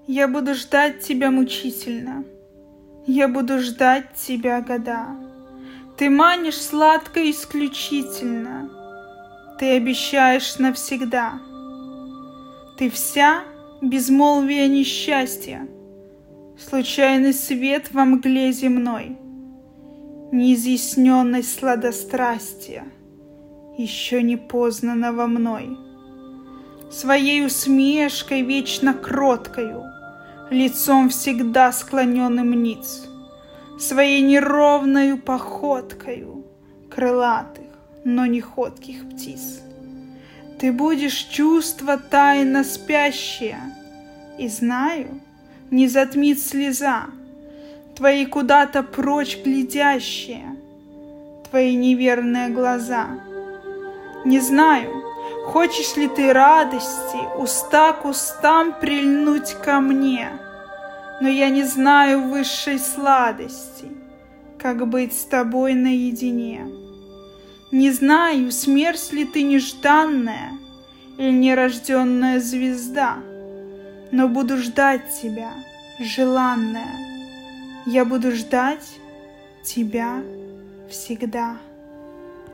Я буду ждать тебя мучительно, я буду ждать тебя года. Ты манишь сладко и исключительно, ты обещаешь навсегда. Ты вся безмолвие несчастья, случайный свет во мгле земной, неизъясненность сладострастия, еще не познанного мной. Своей усмешкой вечно кроткою, лицом всегда склоненным ниц, своей неровною походкою крылатых, но не ходких птиц. Ты будешь чувство тайно спящее, и знаю, не затмит слеза твои куда-то прочь глядящие, твои неверные глаза. Не знаю, хочешь ли ты радости, уста к устам прильнуть ко мне, но я не знаю высшей сладости, как быть с тобой наедине. Не знаю, смерть ли ты нежданная или нерожденная звезда, но буду ждать тебя, желанная, я буду ждать тебя всегда.